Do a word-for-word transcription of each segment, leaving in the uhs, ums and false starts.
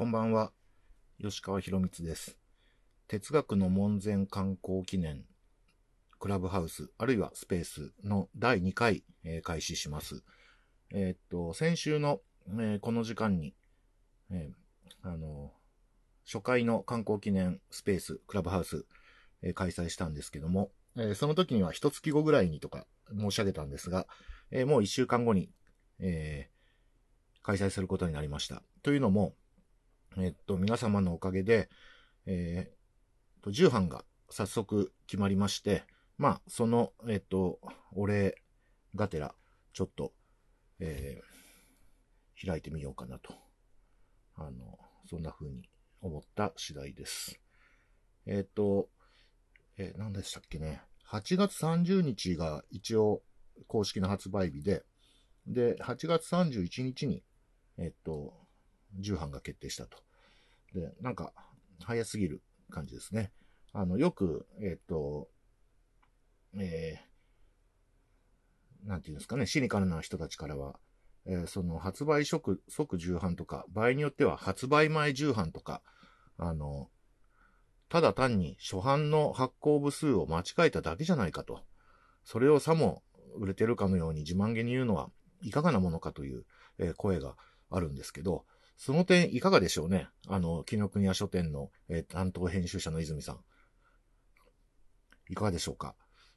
こんばんは、吉川博光です。哲学の門前観光記念クラブハウスあるいはスペースのだいにかい、えー開始します。えーっと先週の、えーこの時間に、えーあの初回の観光記念スペースクラブハウス、えー開催したんですけども、えーその時には一月後ぐらいにとか申し上げたんですが、えーもういっしゅうかんごに、えー開催することになりました。というのも、えっと、皆様のおかげで、えー、と、重版が早速決まりまして、まあ、その、えっと、お礼がてら、ちょっと、えー、開いてみようかなと。あの、そんな風に思った次第です。えっと、えー、何でしたっけね。はちがつさんじゅうにちが一応公式の発売日で、で、はちがつさんじゅういちにちに、えっと、重版が決定したと。で、なんか、早すぎる感じですね。あの、よく、えっと、えー、なんていうんですかね、シニカルな人たちからは、えー、その発売即、即重版とか、場合によっては発売前重版とか、あの、ただ単に初版の発行部数を間違えただけじゃないかと。それをさも売れてるかのように自慢げに言うのはいかがなものかという、えー、声があるんですけど、その点いかがでしょうね。あの、紀ノ国屋書店の、えー、担当編集者の泉さん。いかがでしょうか。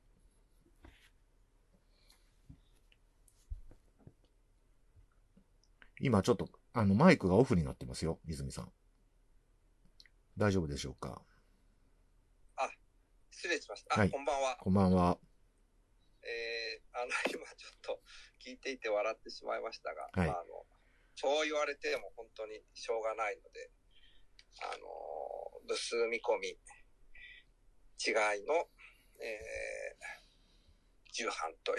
今ちょっと、あの、マイクがオフになってますよ、泉さん。大丈夫でしょうか。 あ、失礼しました。あ、 はい、 こんばんは。 こんばんは。 えー、あの、今ちょっと聞いていて笑ってしまいましたが、 はい、 まあ、あの、そう言われても本当にしょうがないので、あの、部数見込み、違いの、えー、重版という。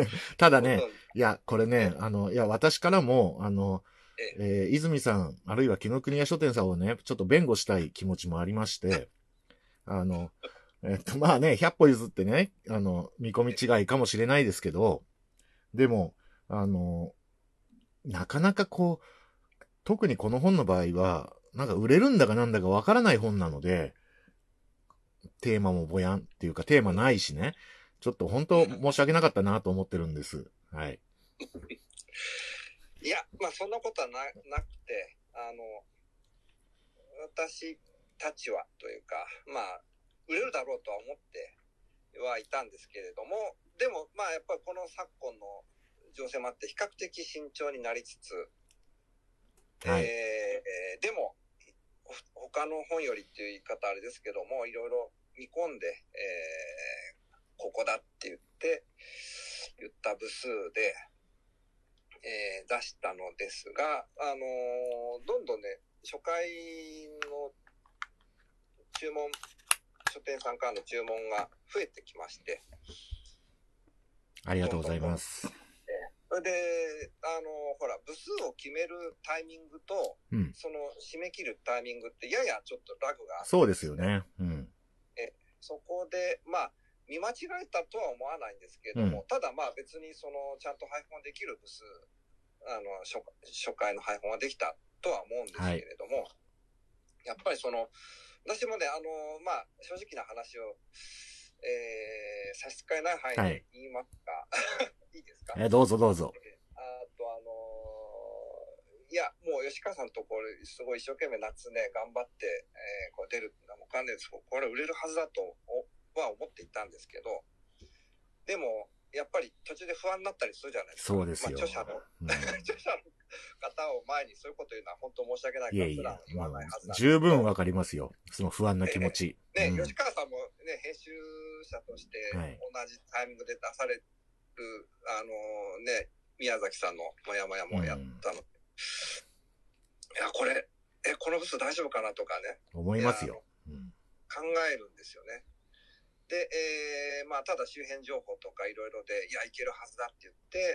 ただね、いや、これね、あの、いや、私からも、あの、えー、泉さん、あるいは紀ノ国屋書店さんをね、ちょっと弁護したい気持ちもありまして、あの、えっと、まあね、ひゃっぽ譲ってね、あの、見込み違いかもしれないですけど、でも、あの、なかなかこう、特にこの本の場合は、なんか売れるんだかなんだかわからない本なので、テーマもぼやんっていうか、テーマないしね、ちょっと本当申し訳なかったなと思ってるんです。はい。 いや、まあそんなことはな、なくて、あの、私たちはというか、まあ、売れるだろうとは思ってはいたんですけれども、でも、まあやっぱりこの昨今の情勢もあって比較的慎重になりつつ、はい、えー、でも他の本よりっていう言い方あれですけども、いろいろ見込んで、えー、ここだって言って言った部数で、えー、出したのですが、あのー、どんどんね初回の注文、書店さんからの注文が増えてきまして、 ありがとうございます。 それで、あの、ほら、部数を決めるタイミングと、うん、その締め切るタイミングってややちょっとラグがあって、ね、 そうですよね。うん。 え、そこで、まあ、見間違えたとは思わないんですけれども、うん、ただまあ別にその、ちゃんと配本できる部数、あの、初、初回の配本ができたとは思うんですけれども、はい、やっぱりその、私もね、あの、まあ、正直な話を、えー、差し支えない範囲で言いますか、はい、いいですか？ え、どうぞどうぞ。 あと、あのー、いや、もう吉川さんとこれ、すごい一生懸命夏ね、頑張って、えー、こう出るのも関連です。これ売れるはずだとは思っていたんですけど、でも、やっぱり途中で不安になったりするじゃないですか。 そうですよ。 まあ、著者の、うん、著者の方を前にそういうこと言うのは本当申し訳ないから、普段言わないはずなんですけど。 十分わかりますよ。その不安な気持ち。 ね、うん、吉川さんもね、編集者として同じタイミングで出される、はい、あのね、宮崎さんのもやもやもやったの、うん、いや、これ、え、この部数大丈夫かなとかね。 思いますよ。 うん、考えるんですよね。で、えー、まあ、ただ周辺情報とかいろいろで、いや、いけるはずだって言って、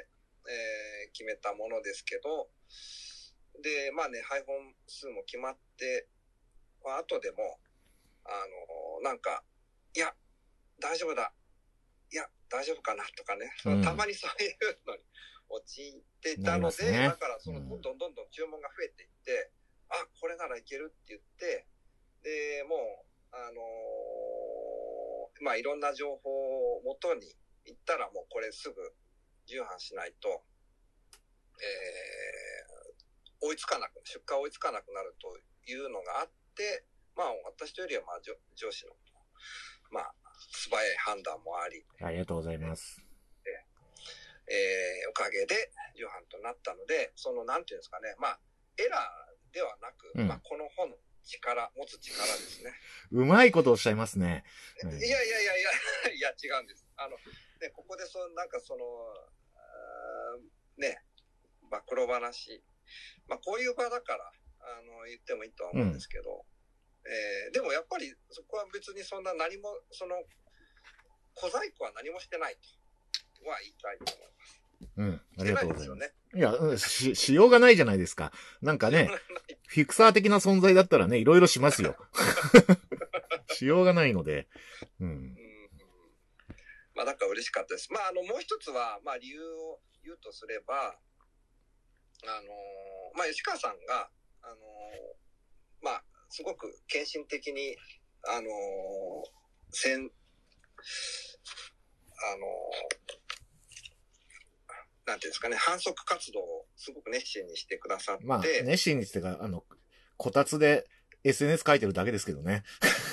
えー、決めたものですけど、で、まあね、配本数も決まって、まあ、後でも、あの、なんか、いや、大丈夫だ。いや、大丈夫かなとかね。うん、たまにそういうのに陥ってたので、ね、だからその、どんどんどんどん注文が増えていって、あ、これなららいけるって言って、で、もう、あのー、まあ、いろんな情報をもとに行ったらもうこれすぐ重版しないと、えー、追いつかなく、出荷追いつかなくなるというのがあって、まあ、私というよりは、まあ、上司の、まあ、素早い判断もあり。 ありがとうございます。 えー、おかげで重版となったので、その、なんていうんですかね、まあ、エラーではなく、うん、まあ、この本の力、持つ力ですね。 うまいことおっしゃいますね。 いやいやいやいや、いや違うんです。あの、ね、ここでその、なんかその、ね、暴露話、まあ、こういう場だから、あの、言ってもいいとは思うんですけど、うん、えー、でもやっぱりそこは別にそんな何も、その、小細工は何もしてないとは言いたいと思います。 うん、ありがとうございます。いや、し、しようがないじゃないですか。なんかね、フィクサー的な存在だったらね、いろいろしますよ。しようがないので。うん。うん、 まあ、だから嬉しかったです。まあ、あの、もう一つは、まあ、理由を言うとすれば、あのー、まあ、吉川さんが、あのー、まあ、すごく献身的に、あのー、せん、あのー、なんていうんですかね、反則活動をすごく熱心にしてくださって。 まあ、熱心にしてか、あの、こたつで エスエヌエス 書いてるだけですけどね。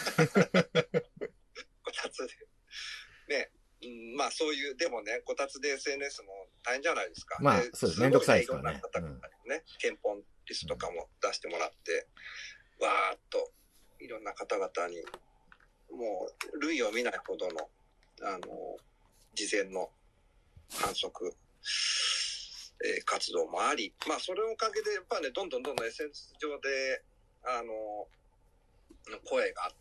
こたつで。ね。うん、まあそういう、でもね、こたつで エスエヌエス も大変じゃないですか。 まあ、そうです。めんどくさいですからね。 いろんな方々にね、憲法リストとかも出してもらって、うん、わーっと、いろんな方々に、もう、類を見ないほどの、あの、事前の反則、えー、活動もあり、まあそれのおかげで、やっぱね、どんどんどんどん エスエヌエス 上で、あの、声があって、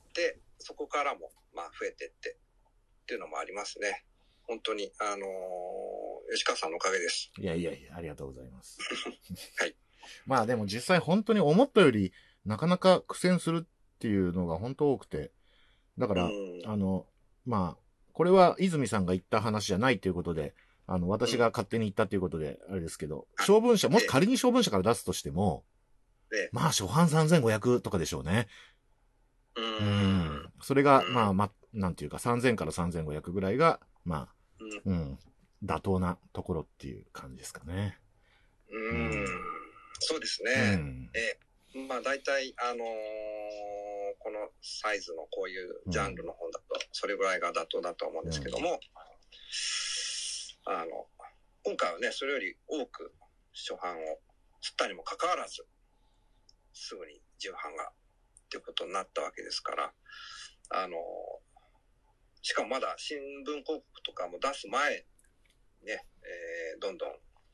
そこからも、まあ増えてって、っていうのもありますね。本当に、あのー、吉川さんのおかげです。 いやいやいや、ありがとうございます。 はい。 まあでも実際本当に思ったよりなかなか苦戦するっていうのが本当多くて。だから、あの、まあ、これは泉さんが言った話じゃないということで、あの、私が勝手に言ったということで、あれですけど、うん、小文社、もし仮に小文社から出すとしても、 ええ、 まあ初版さんぜんごひゃくとかでしょうね。 うん。 うんそれが、まあ、ま、なんていうかさんぜんからさんぜんごひゃくぐらいが、まあ、うん、うん、妥当なところっていう感じですかね。 うん、うん、そうですね。うん、ええ、まあ大体、あのー、このサイズのこういうジャンルの本だと、それぐらいが妥当だと思うんですけども、うん、あの、今回はね、それより多く初版を吸ったにもかかわらず、すぐに重版がっていうことになったわけですから、あの、しかもまだ新聞広告とかも出す前にね、えー、どんどん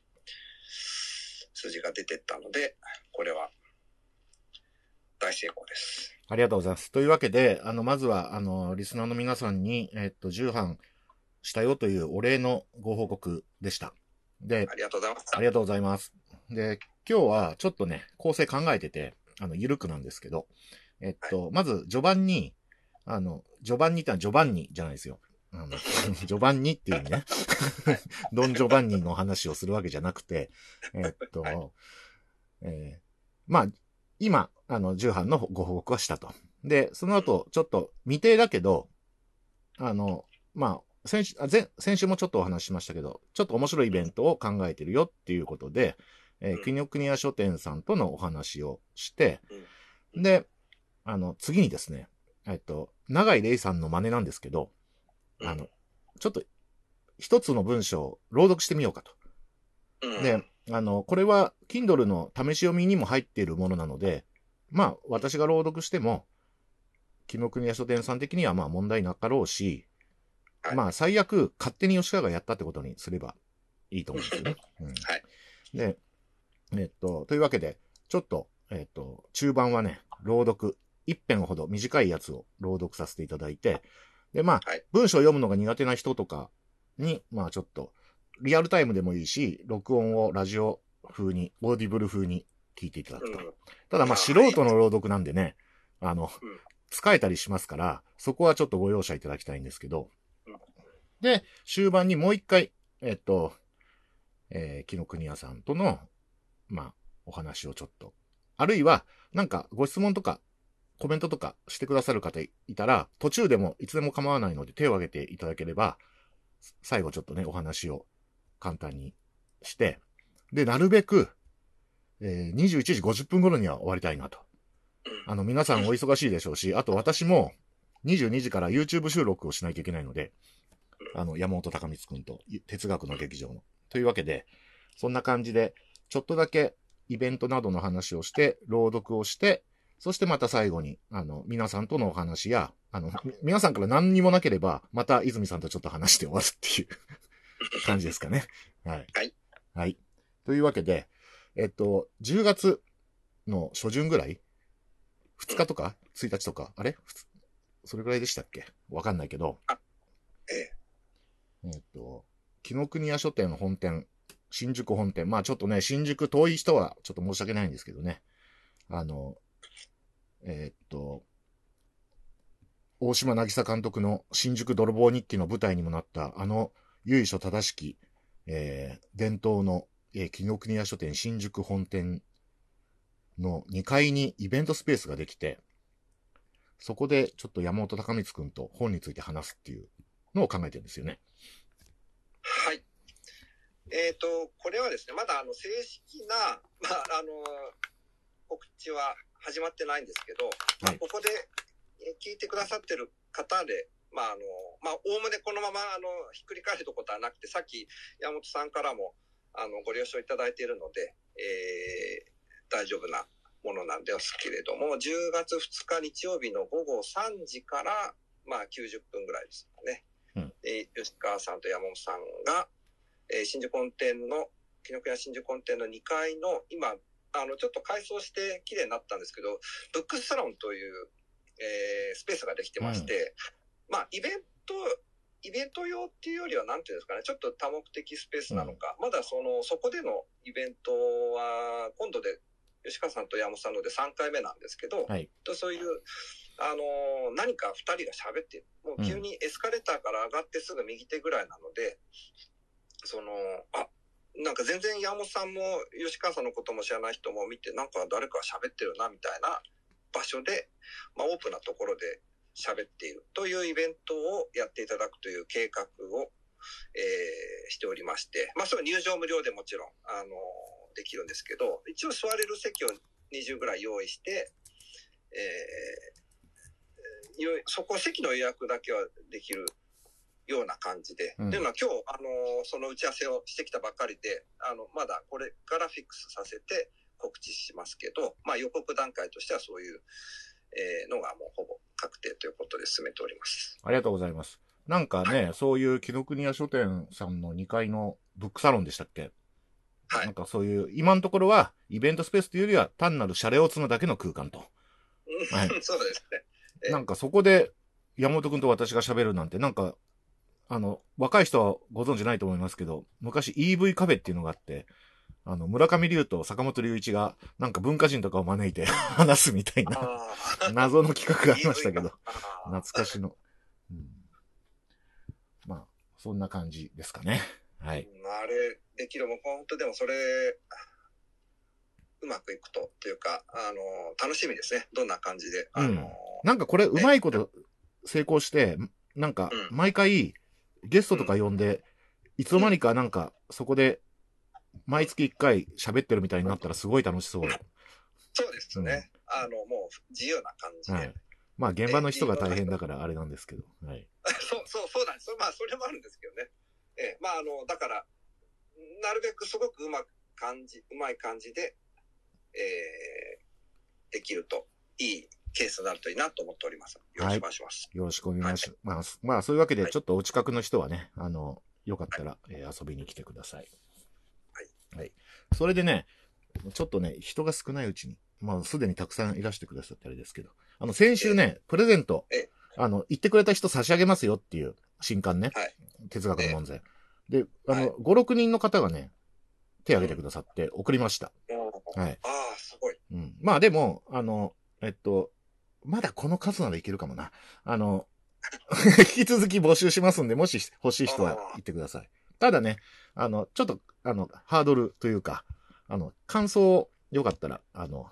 数字が出てったので、これは大成功です。 ありがとうございます。というわけで、あの、まずは、あの、リスナーの皆さんに、えっと、重版したよというお礼のご報告でした。で、 ありがとうございます。 ありがとうございます。で、今日はちょっとね、構成考えてて、あの、ゆるくなんですけど、えっと、はい、まず、序盤に、あの、序盤にってのは序盤にじゃないですよ。あの序盤にっていうね、ドン・ジョバンニの話をするわけじゃなくて、えっと、はい、えー、まあ、今、あの、重版のご報告はしたと。で、その後、ちょっと未定だけど、あの、まあ、先週、前、先週もちょっとお話ししましたけど、ちょっと面白いイベントを考えてるよっていうことで、えー、国の国屋書店さんとのお話をして、で、あの、次にですね、えっと、永井玲さんの真似なんですけど、あの、ちょっと、一つの文章を朗読してみようかと。で、あの、これは、Kindle の試し読みにも入っているものなので、まあ、私が朗読しても、紀ノ国屋書店さん的にはまあ問題なかろうし、はい、まあ、最悪、勝手に吉川がやったってことにすればいいと思うんですよね。うん、はい。で、えっと、というわけで、ちょっと、えっと、中盤はね、朗読、一編ほど短いやつを朗読させていただいて、で、まあ、はい、文章を読むのが苦手な人とかに、まあちょっと、リアルタイムでもいいし、録音をラジオ風に、オーディブル風に聞いていただくと。うん、ただまあ素人の朗読なんでね、あの、うん、使えたりしますから、そこはちょっとご容赦いただきたいんですけど、うん、で、終盤にもう一回、えっと、えー、紀ノ国屋さんとの、まあ、お話をちょっとあるいは、なんかご質問とかコメントとかしてくださる方いたら、途中でもいつでも構わないので手を挙げていただければ、最後ちょっとね、お話を簡単にして、で、なるべく、えー、にじゅういちじごじゅっぷん頃には終わりたいなと。あの、皆さんお忙しいでしょうし、あと私もにじゅうにじから YouTube 収録をしないといけないので、あの、山本隆光くんと哲学の劇場の。というわけで、そんな感じで、ちょっとだけイベントなどの話をして、朗読をして、そしてまた最後に、あの、皆さんとのお話や、あの、皆さんから何にもなければ、また泉さんとちょっと話して終わるっていう感じですかね。はい。 はい。 はい。というわけで、えっと、じゅうがつの初旬ぐらい ?ふつかとか ?ついたちとかあれそれぐらいでしたっけわかんないけど。 あ、ええ。 えっと、紀ノ国屋書店の本店、新宿本店。まあちょっとね、新宿遠い人はちょっと申し訳ないんですけどね。あの、えっと、大島渚監督の新宿泥棒日記の舞台にもなった、あの由緒正しき、えー、伝統の、えー、紀ノ国屋書店新宿本店のにかいにイベントスペースができて、そこでちょっと山本隆光くんと本について話すっていうのを考えてるんですよね。 はい。えっと、これはですね、まだあの正式な、まあ、あの、告知は始まってないんですけど、まあ、ここで聞いてくださってる方で、まあ、あの、まあ、おおむねこのまま、あの、ひっくり返ることはなくて、さっき山本さんからも、あの、ご了承いただいているので、えー、大丈夫なものなんですけれども、じゅうがつふつか日曜日のごごさんじから、まあ、きゅうじゅっぷんぐらいですかね。うん、で吉川さんと山本さんが、えー、新宿本店の、紀ノ国屋新宿本店のにかいの、今、あの、ちょっと改装して綺麗になったんですけど、ブックスサロンという、えー、スペースができてまして、うん、まあ、イベント、イベント用っていうよりは、なんていうんですかね、ちょっと多目的スペースなのか、うん、まだその、そこでのイベントは、今度で、吉川さんと山本さんのでさんかいめなんですけど、はい、とそういう、あのー、何かふたりが喋ってる。もう急にエスカレーターから上がってすぐ右手ぐらいなので、うん、その、あ、なんか全然山本さんも吉川さんのことも知らない人も見て、なんか誰か喋ってるなみたいな場所で、まあオープンなところで喋っているというイベントをやっていただくという計画を、えー、しておりまして、まあそれは入場無料でもちろん、あのー、できるんですけど、一応座れる席をにじゅうぐらい用意して、えー、そこ席の予約だけはできるような感じで、うん、っていうのは今日、あのー、その打ち合わせをしてきたばっかりで、あの、まだこれからフィックスさせて告知しますけど、まあ予告段階としてはそういう、えー、のがもうほぼ確定ということで進めております。 ありがとうございます。なんかね、はい、そういう紀ノ国屋書店さんのにかいのブックサロンでしたっけ？はい。なんかそういう、今のところはイベントスペースというよりは単なるシャレオツなだけの空間と。 はい。そうですね。 えー、なんかそこで山本くんと私が喋るなんて、なんか、あの、若い人はご存知ないと思いますけど、昔 イーブイ カフェっていうのがあって、あの、村上龍と坂本龍一が、なんか文化人とかを招いて話すみたいな、謎の企画がありましたけど、懐かしの、うん。まあ、そんな感じですかね。はい。 あれ、できるもん、本当でもそれ、うまくいくと、というか、あの、楽しみですね。どんな感じで。あの、うん、 なんかこれ、うまいこと成功して、なんか、毎回、ゲストとか呼んで、うん、いつの間にかなんか、そこで、毎月いっかい喋ってるみたいになったらすごい楽しそう。 そうですね。うん、あの、もう自由な感じで。はい、 まあ現場の人が大変だからあれなんですけど。はい。 そう、そう、そうなんです。まあそれもあるんですけどね。ええ、まああの、だから、なるべくすごくうまく感じ、うまい感じで、えー、できるといいケースになるといいなと思っております。よろしくお願いします。 はい、よろしくお願いします。はい、まあそういうわけで、ちょっとお近くの人はね、あの、よかったら、はい、えー、遊びに来てください。はい。はい。それでね、ちょっとね、人が少ないうちに、まあすでにたくさんいらしてくださってあれですけど、あの、先週ね、プレゼント、あの、言ってくれた人差し上げますよっていう新刊ね。はい。哲学の門前。で、あの、はい、ご、ろくにんの方がね、手挙げてくださって送りました。 うん、はい。ああ、すごい。 うん。まあでも、あの、えっと、まだこの数ならいけるかもな。あの、引き続き募集しますんで、もし欲しい人は言ってください。ただね、あの、ちょっと、あの、ハードルというか、あの、感想よかったら、あの、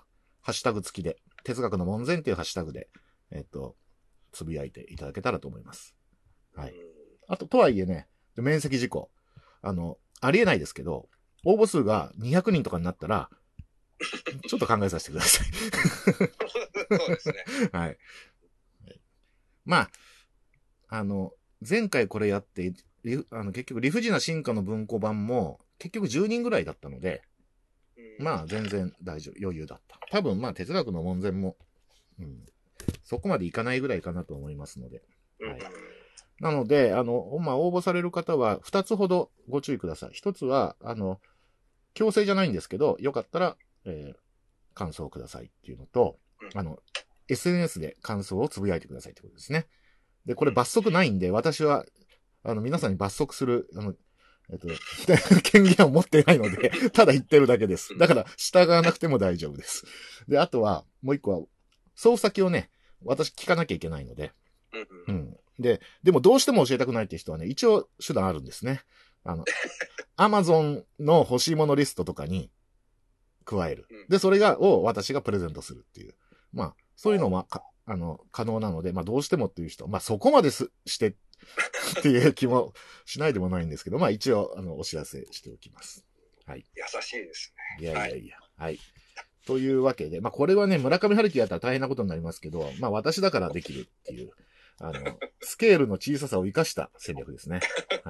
ハッシュタグ付きで、哲学の門前っていうハッシュタグで、えっと、つぶやいていただけたらと思います。はい。あと、とはいえね、面積事項。あの、ありえないですけど、応募数がにひゃくにんとかになったら、ちょっと考えさせてください。 そうですね。 はい。まあ、あの、前回これやって、あの結局理不尽な進化の文庫版も結局じゅうにんぐらいだったので、うん、まあ全然大丈夫、余裕だった。多分まあ哲学の門前も、うん、そこまでいかないぐらいかなと思いますので。はい。なので、あの、まあ応募される方はふたつほどご注意ください。ひとつは、あの、強制じゃないんですけど、よかったら、えー、感想をくださいっていうのと、あの、エスエヌエス で感想をつぶやいてくださいってことですね。で、これ罰則ないんで、私は、あの、皆さんに罰則する、あの、えっと、権限を持っていないので、ただ言ってるだけです。だから、従わなくても大丈夫です。で、あとは、もう一個は、送先をね、私聞かなきゃいけないので、うん。で、でもどうしても教えたくないっていう人はね、一応手段あるんですね。あの、アマゾンの欲しいものリストとかに加える。で、それが、を私がプレゼントするっていう。まあ、そういうのも、あの、可能なので、まあ、どうしてもっていう人、まあ、そこまですしてっていう気もしないでもないんですけど、まあ、一応、あの、お知らせしておきます。はい。 優しいですね。いやいやいや。はい。はい、というわけで、まあ、これはね、村上春樹やったら大変なことになりますけど、まあ、私だからできるっていう、あの、スケールの小ささを生かした戦略ですね。はい。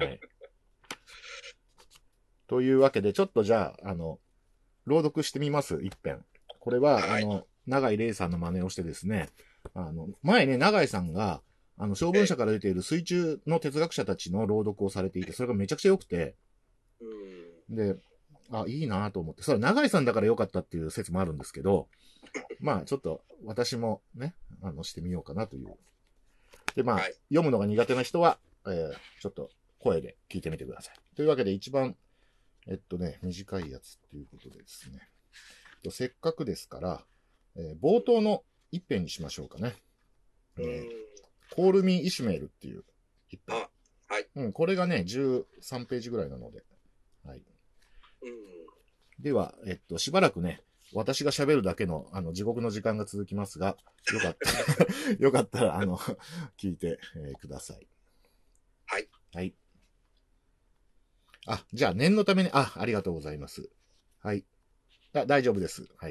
というわけで、ちょっとじゃあ、あの、朗読してみます、一編。これは、はい、あの、永井玲さんの真似をしてですね、あの、前ね、永井さんが、あの、小文社から出ている水中の哲学者たちの朗読をされていて、それがめちゃくちゃ良くて、で、あ、いいなと思って、それは永井さんだから良かったっていう説もあるんですけど、まあ、ちょっと、私もね、あの、してみようかなという。で、まあ、はい、読むのが苦手な人は、えー、ちょっと、声で聞いてみてください。というわけで、一番、えっとね、短いやつっていうことでですね。せっかくですから、えー、冒頭の一編にしましょうかね。えー、コールミー・イシュメールっていう一編。 あ、はい。 うん、これがね、じゅうさんページぐらいなので。はい。うん、では、えっと、しばらくね、私が喋るだけの、あの、地獄の時間が続きますが、よかったら、よかったら、あの、聞いて、えー、ください。 はい。 はい。あ、じゃあ念のために、あ、ありがとうございます。はい。あ、大丈夫です。はい。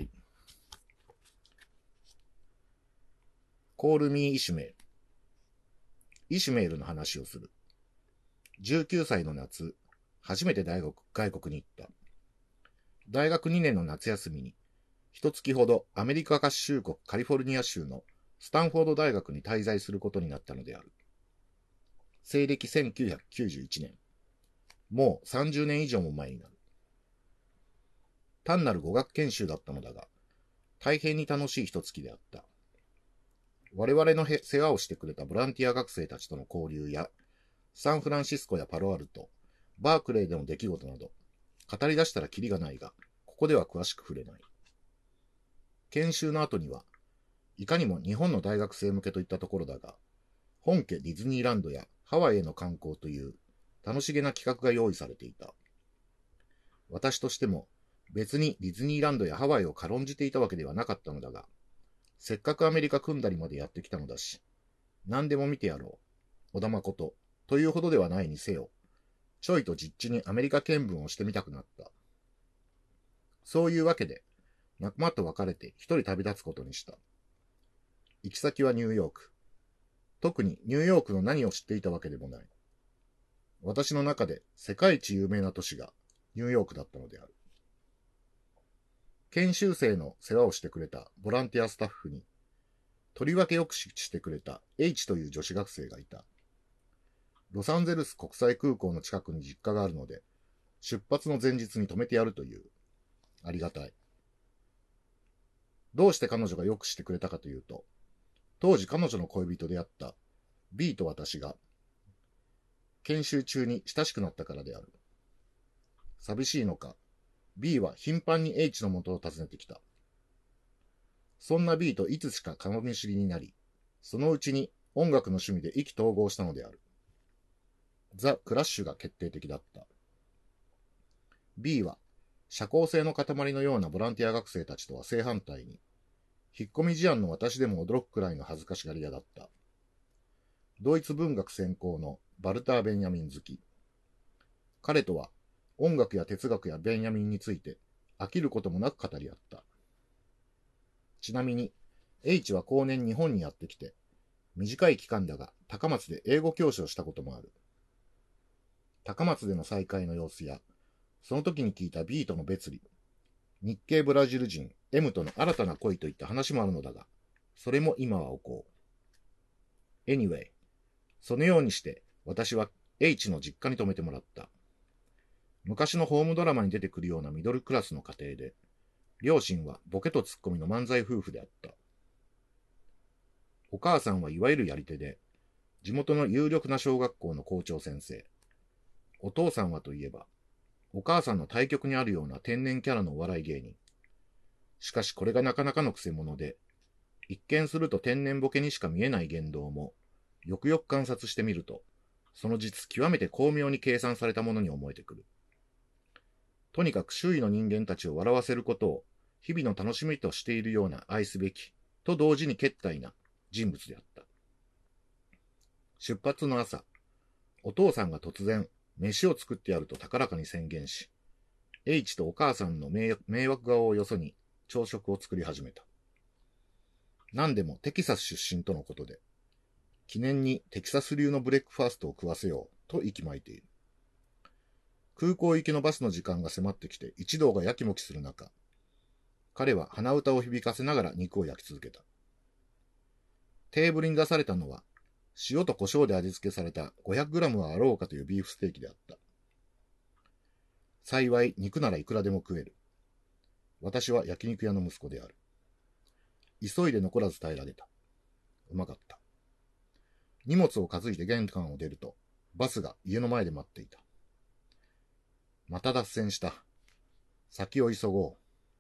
コールミー・イシュメール。イシュメールの話をする。じゅうきゅうさいの夏、初めて大学、外国に行った。大学にねんの夏休みに、一月ほどアメリカ合衆国カリフォルニア州のスタンフォード大学に滞在することになったのである。西暦せんきゅうひゃくきゅうじゅういちねん。もうさんじゅうねん以上も前になる。単なる語学研修だったのだが、大変に楽しい一月であった。我々の世話をしてくれたボランティア学生たちとの交流や、サンフランシスコやパロアルト、バークレーでの出来事など、語り出したらキリがないが、ここでは詳しく触れない。研修の後には、いかにも日本の大学生向けといったところだが、本家ディズニーランドやハワイへの観光という楽しげな企画が用意されていた。私としても別にディズニーランドやハワイを軽んじていたわけではなかったのだが、せっかくアメリカ組んだりまでやってきたのだし、何でも見てやろう。小田誠というほどではないにせよ、ちょいと実地にアメリカ見聞をしてみたくなった。そういうわけで、仲間と別れて一人旅立つことにした。行き先はニューヨーク。特にニューヨークの何を知っていたわけでもない。私の中で世界一有名な都市がニューヨークだったのである。研修生の世話をしてくれたボランティアスタッフに、とりわけよくしてくれた H という女子学生がいた。ロサンゼルス国際空港の近くに実家があるので、出発の前日に泊めてやるという。ありがたい。どうして彼女がよくしてくれたかというと、当時彼女の恋人であった B と私が、研修中に親しくなったからである。寂しいのか、B は頻繁に H の元を訪ねてきた。そんな B といつしか顔見知りになり、そのうちに音楽の趣味で意気投合したのである。ザ・クラッシュが決定的だった。B は、社交性の塊のようなボランティア学生たちとは正反対に、 引っ込み思案の私でも驚くくらいの恥ずかしがり屋だった。ドイツ文学専攻のバルター・ベンヤミン好き。彼とは音楽や哲学やベンヤミンについて飽きることもなく語り合った。ちなみに、H は後年日本にやってきて、短い期間だが高松で英語教師をしたこともある。高松での再会の様子や、その時に聞いた B との別離、日系ブラジル人 M との新たな恋といった話もあるのだが、それも今はおこう。Anyway、そのようにして私は H の実家に泊めてもらった。昔のホームドラマに出てくるようなミドルクラスの家庭で、両親はボケとツッコミの漫才夫婦であった。お母さんはいわゆるやり手で、地元の有力な小学校の校長先生。お父さんはといえば、お母さんの対極にあるような天然キャラのお笑い芸人。しかしこれがなかなかのくせ者で、一見すると天然ボケにしか見えない言動も、よくよく観察してみると、その実極めて巧妙に計算されたものに思えてくる。とにかく周囲の人間たちを笑わせることを、日々の楽しみとしているような愛すべき、と同時にけったいな人物であった。出発の朝、お父さんが突然、飯を作ってやると高らかに宣言し、H とお母さんの迷惑顔をよそに朝食を作り始めた。何でもテキサス出身とのことで、記念にテキサス流のブレックファーストを食わせようと息巻いている。空港行きのバスの時間が迫ってきて一同がやきもきする中、彼は鼻歌を響かせながら肉を焼き続けた。テーブルに出されたのは、塩と胡椒で味付けされた ごひゃくグラム はあろうかというビーフステーキであった。幸い肉ならいくらでも食える。私は焼肉屋の息子である。急いで残らず平らげた。うまかった。荷物を担いで玄関を出ると、バスが家の前で待っていた。また脱線した。先を急ごう。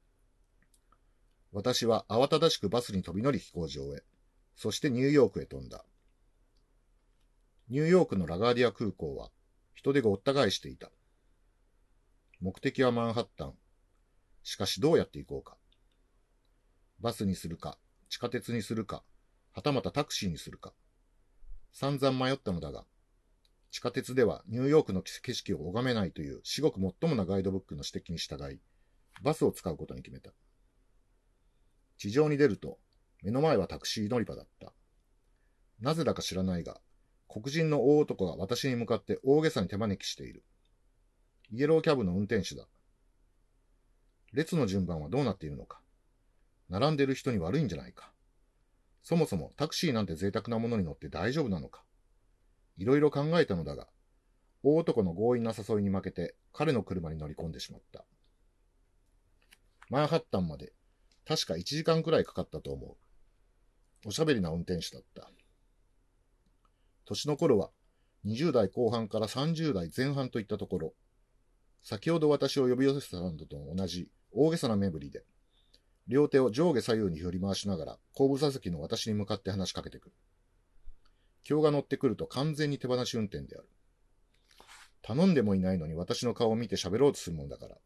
私は慌ただしくバスに飛び乗り飛行場へ、そしてニューヨークへ飛んだ。ニューヨークのラガーディア空港は人手がごった返していた。目的はマンハッタン。しかしどうやって行こうか。バスにするか、地下鉄にするか、はたまたタクシーにするか。散々迷ったのだが、地下鉄ではニューヨークの景色を拝めないという至極最もなガイドブックの指摘に従い、バスを使うことに決めた。地上に出ると、目の前はタクシー乗り場だった。なぜだか知らないが、黒人の大男が私に向かって大げさに手招きしている。イエローキャブの運転手だ。列の順番はどうなっているのか。並んでる人に悪いんじゃないか。そもそもタクシーなんて贅沢なものに乗って大丈夫なのか。いろいろ考えたのだが、大男の強引な誘いに負けて彼の車に乗り込んでしまった。マンハッタンまで確かいちじかんくらいかかったと思う。おしゃべりな運転手だった。年の頃はにじゅう代後半からさんじゅう代前半といったところ、先ほど私を呼び寄せたのと同じ大げさな身振りで、両手を上下左右に振り回しながら後部座席の私に向かって話しかけてくる。今日が乗ってくると完全に手放し運転である。頼んでもいないのに私の顔を見て喋ろうとするもんだから、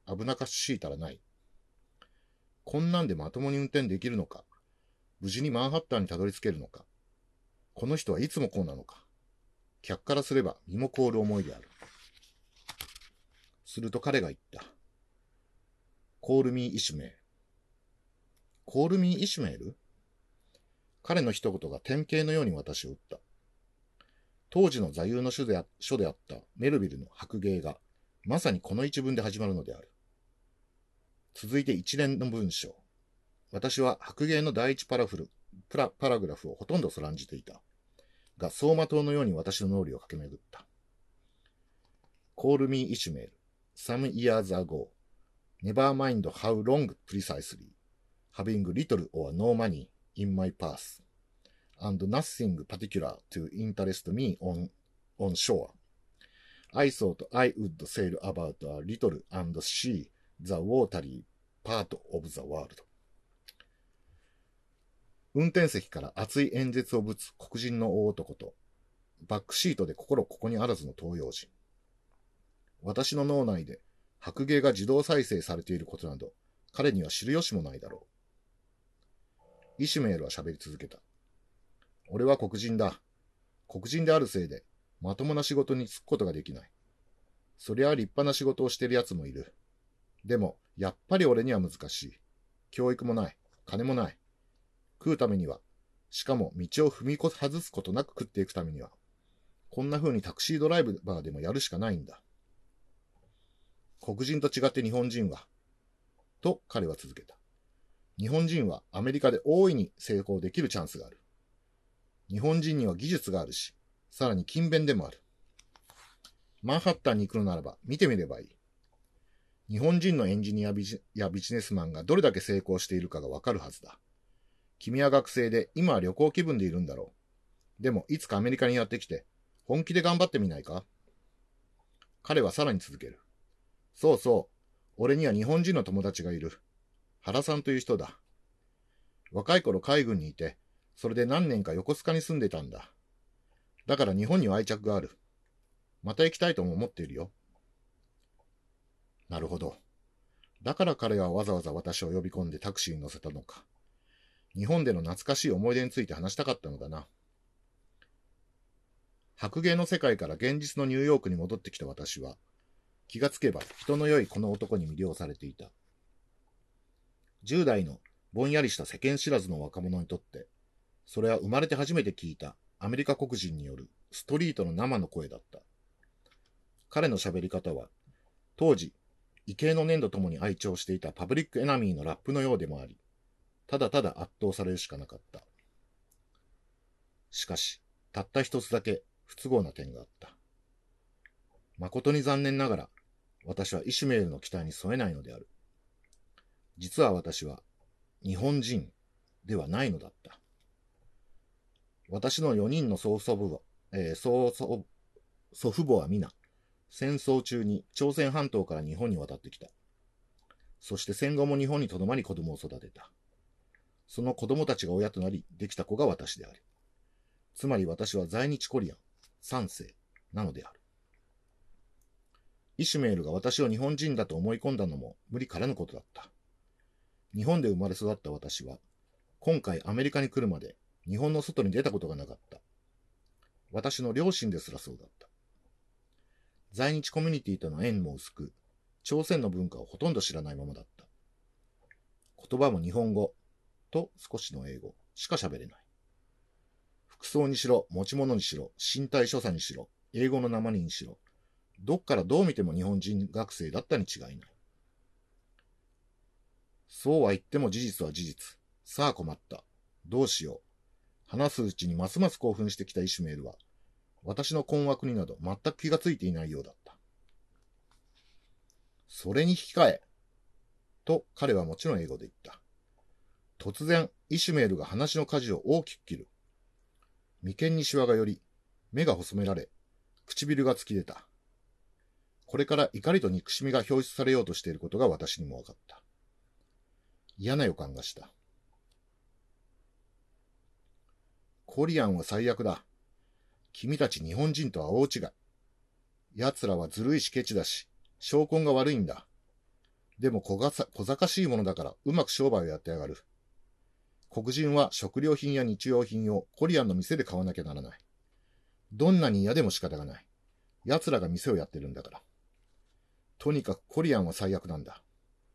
危なかしいたらない。こんなんでまともに運転できるのか、無事にマンハッタンにたどり着けるのか、この人はいつもこうなのか、客からすれば身も凍る思いである。すると彼が言った。コールミー・イシュメール。コールミー・イシュメール？彼の一言が典型のように私を打った。当時の座右の書であったメルビルの白芸が、まさにこの一文で始まるのである。続いて一連の文章。私は白芸の第一パラフル、プラ、パラグラフをほとんどそらんじていた。が、走馬灯のように私の脳裏を駆け巡った。Call me Ishmael, some years ago, never mind how long precisely, having little or no money in my purse, and nothing particular to interest me on, on shore. I thought I would sail about a little and see the watery part of the world. 運転席から熱い演説をぶつ黒人の大男と、バックシートで心ここにあらずの東洋人。私の脳内で白芸が自動再生されていることなど、彼には知る由もないだろイシュメールは喋り続けた。俺は黒人だ。黒人であるせいで、まともな仕事に就くことができない。そりゃあ立派な仕事をしてる奴もいる。でも、やっぱり俺には難しい。教育もない。金もない。食うためには、しかも道を踏み外すことなく食っていくためには、こんな風にタクシードライバーでもやるしかないんだ。黒人と違って日本人は、と彼は続けた。日本人はアメリカで大いに成功できるチャンスがある。日本人には技術があるし、さらに勤勉でもある。マンハッタンに行くのならば見てみればいい。日本人のエンジニアやビジネスマンがどれだけ成功しているかがわかるはずだ。君は学生で今は旅行気分でいるんだろう。でもいつかアメリカにやってきて本気で頑張ってみないか？彼はさらに続ける。そうそう。俺には日本人の友達がいる。原さんという人だ。若い頃海軍にいて、それで何年か横須賀に住んでたんだ。だから日本には愛着がある。また行きたいとも思っているよ。なるほど。だから彼はわざわざ私を呼び込んでタクシーに乗せたのか。日本での懐かしい思い出について話したかったのだな。白芸の世界から現実のニューヨークに戻ってきた私は、気がつけば人の良いこの男に魅了されていた。じゅう代のぼんやりした世間知らずの若者にとって、それは生まれて初めて聞いたアメリカ黒人によるストリートの生の声だった。彼の喋り方は、当時、畏敬の念とともに愛聴していたパブリックエナミーのラップのようでもあり、ただただ圧倒されるしかなかった。しかし、たった一つだけ不都合な点があった。誠に残念ながら、私はイシュメールの期待に添えないのである。実は私は、日本人ではないのだった。私のよにんの曽祖母は、えー、曽祖祖父母は皆、戦争中に朝鮮半島から日本に渡ってきた。そして戦後も日本にとどまり子供を育てた。その子供たちが親となりできた子が私である。つまり私は在日コリアン、三世なのである。イシュメールが私を日本人だと思い込んだのも無理からぬことだった。日本で生まれ育った私は、今回アメリカに来るまで日本の外に出たことがなかった。私の両親ですらそうだった。在日コミュニティとの縁も薄く、朝鮮の文化をほとんど知らないままだった。言葉も日本語と少しの英語しか喋れない。服装にしろ、持ち物にしろ、身体所作にしろ、英語の訛りにしろ、どっからどう見ても日本人学生だったに違いない。そうは言っても事実は事実。さあ困った。どうしよう。話すうちにますます興奮してきたイシュメールは、私の困惑になど全く気がついていないようだった。それに引き換え、と彼はもちろん英語で言った。突然、イシュメールが話の舵を大きく切る。眉間にシワが寄り、目が細められ、唇が突き出た。これから怒りと憎しみが表出されようとしていることが私にも分かった。嫌な予感がした。コリアンは最悪だ。君たち日本人とは大違い。奴らはずるいしケチだし、証拠が悪いんだ。でも小がさ小賢しいものだからうまく商売をやってやがる。黒人は食料品や日用品をコリアンの店で買わなきゃならない。どんなに嫌でも仕方がない。奴らが店をやってるんだから。とにかくコリアンは最悪なんだ。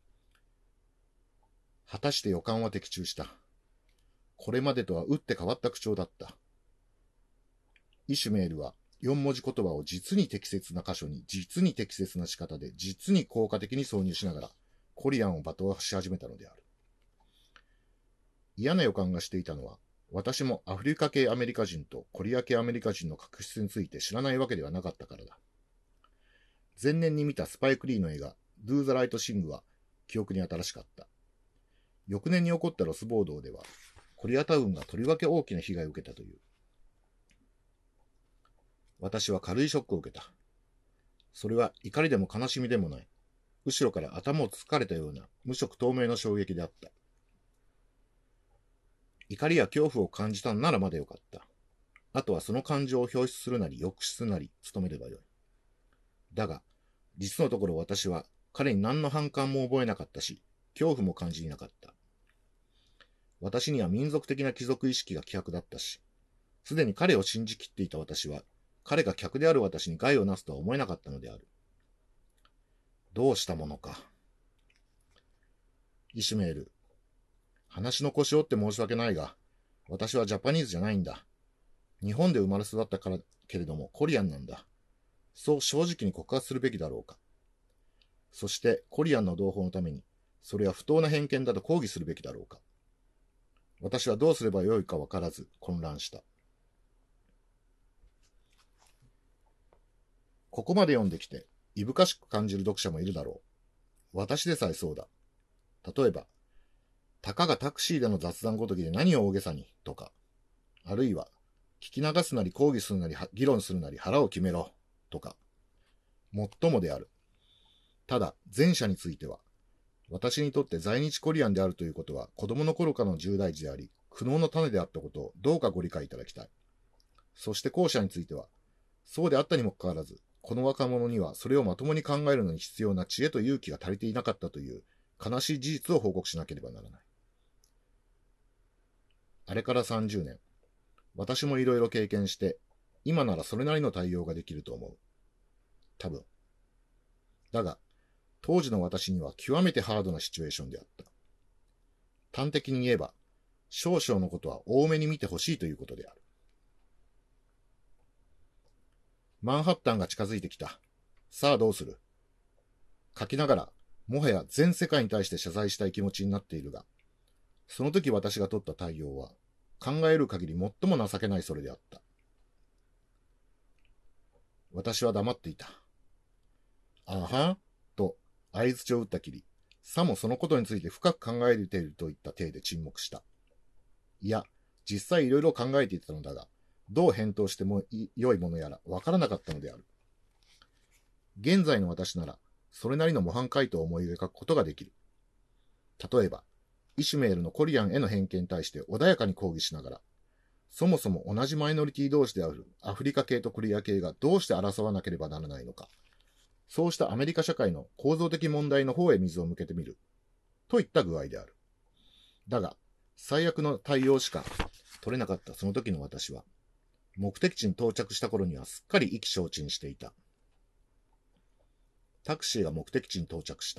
果たして予感は的中した。これまでとは打って変わった口調だった。イシュメールは四文字言葉を実に適切な箇所に実に適切な仕方で実に効果的に挿入しながらコリアンを罵倒し始めたのである。嫌な予感がしていたのは、私もアフリカ系アメリカ人とコリア系アメリカ人の確執について知らないわけではなかったからだ。前年に見たスパイクリーの映画、Do the Right Thingは記憶に新しかった。翌年に起こったロス暴動では、コリアタウンがとりわけ大きな被害を受けたという。私は軽いショックを受けた。それは怒りでも悲しみでもない。後ろから頭をつかれたような無色透明の衝撃であった。怒りや恐怖を感じたのならまだよかった。あとはその感情を表出するなり抑止なり努めればよい。だが、実のところ私は彼に何の反感も覚えなかったし、恐怖も感じなかった。 私には民族的な貴族意識が希薄だったし、すでに彼を信じきっていた私は、彼が客である私に害をなすとは思えなかったのである。どうしたものか。イシュメール。話の腰を折って申し訳ないが、私はジャパニーズじゃないんだ。日本で生まれ育ったからけれどもコリアンなんだ。そう正直に告発するべきだろうか。そしてコリアンの同胞のために、それは不当な偏見だと抗議するべきだろうか。私はどうすればよいかわからず混乱した。ここまで読んできて、いぶかしく感じる読者もいるだろう。私でさえそうだ。例えば、たかがタクシーでの雑談ごときで何を大げさに、とか、あるいは、聞き流すなり抗議するなり議論するなり腹を決めろ、とか、もっともである。ただ、前者については、私にとって在日コリアンであるということは子供の頃からの重大事であり、苦悩の種であったことをどうかご理解いただきたい。そして後者については、そうであったにもかかわらず、この若者にはそれをまともに考えるのに必要な知恵と勇気が足りていなかったという悲しい事実を報告しなければならない。あれからさんじゅうねん、私もいろいろ経験して、今ならそれなりの対応ができると思う。多分。だが、当時の私には極めてハードなシチュエーションであった。端的に言えば、少々のことは多めに見てほしいということである。マンハッタンが近づいてきた。さあどうする？書きながら、もはや全世界に対して謝罪したい気持ちになっているが、その時私が取った対応は、考える限り最も情けないそれであった。私は黙っていた。あはと相槌を打ったきり、さもそのことについて深く考えているといった体で沈黙した。いや、実際いろいろ考えていたのだが、どう返答しても良いものやらわからなかったのである。現在の私なら、それなりの模範回答を思い描くことができる。例えば、イシュメールのコリアンへの偏見に対して穏やかに抗議しながら、そもそも同じマイノリティ同士であるアフリカ系とコリア系がどうして争わなければならないのか、そうしたアメリカ社会の構造的問題の方へ水を向けてみる、といった具合である。だが、最悪の対応しか取れなかったその時の私は、目的地に到着した頃にはすっかり意気消沈していた。タクシーが目的地に到着した。